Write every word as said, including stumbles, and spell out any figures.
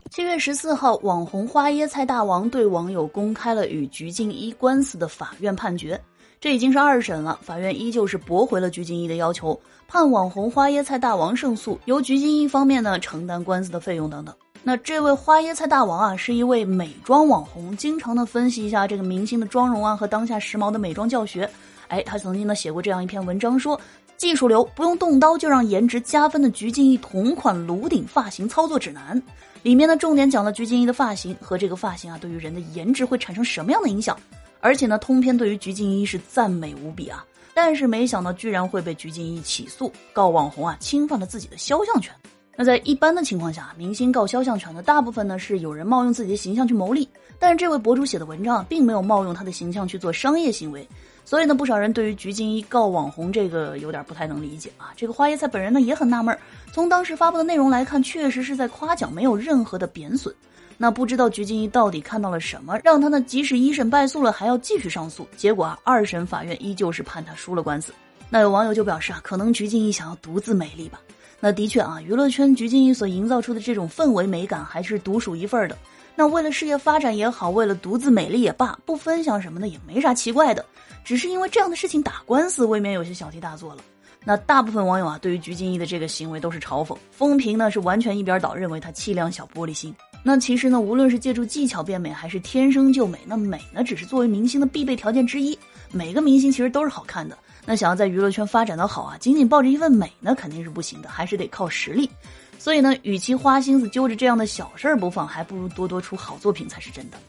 七月十四号，网红花椰菜大王对网友公开了与鞠婧祎官司的法院判决。这已经是二审了，法院依旧是驳回了鞠婧祎的要求，判网红花椰菜大王胜诉，由鞠婧祎方面呢承担官司的费用等等。那这位花椰菜大王啊，是一位美妆网红，经常的分析一下这个明星的妆容啊和当下时髦的美妆教学。哎，他曾经呢写过这样一篇文章说，技术流不用动刀就让颜值加分的鞠婧祎同款颅顶发型操作指南。里面呢重点讲了鞠婧祎的发型和这个发型啊对于人的颜值会产生什么样的影响，而且呢通篇对于鞠婧祎是赞美无比啊。但是没想到居然会被鞠婧祎起诉，告网红啊侵犯了自己的肖像权。那在一般的情况下，明星告肖像权的大部分呢是有人冒用自己的形象去牟利，但是这位博主写的文章啊并没有冒用他的形象去做商业行为，所以呢不少人对于鞠婧祎告网红这个有点不太能理解啊。这个花椰菜本人呢也很纳闷，从当时发布的内容来看，确实是在夸奖，没有任何的贬损。那不知道鞠婧祎到底看到了什么，让他呢即使一审败诉了还要继续上诉，结果啊二审法院依旧是判他输了官司。那有网友就表示啊，可能鞠婧祎想要独自美丽吧。那的确啊，娱乐圈鞠婧祎所营造出的这种氛围美感还是独属一份的。那为了事业发展也好，为了独自美丽也罢，不分享什么的也没啥奇怪的，只是因为这样的事情打官司未免有些小题大做了。那大部分网友啊对于鞠婧祎的这个行为都是嘲讽，风评呢是完全一边倒，认为她气量小玻璃心。那其实呢无论是借助技巧变美还是天生就美，那美呢只是作为明星的必备条件之一，每个明星其实都是好看的。那想要在娱乐圈发展得好啊，仅仅抱着一份美呢肯定是不行的，还是得靠实力。所以呢与其花心思揪着这样的小事儿不放，还不如多多出好作品才是真的。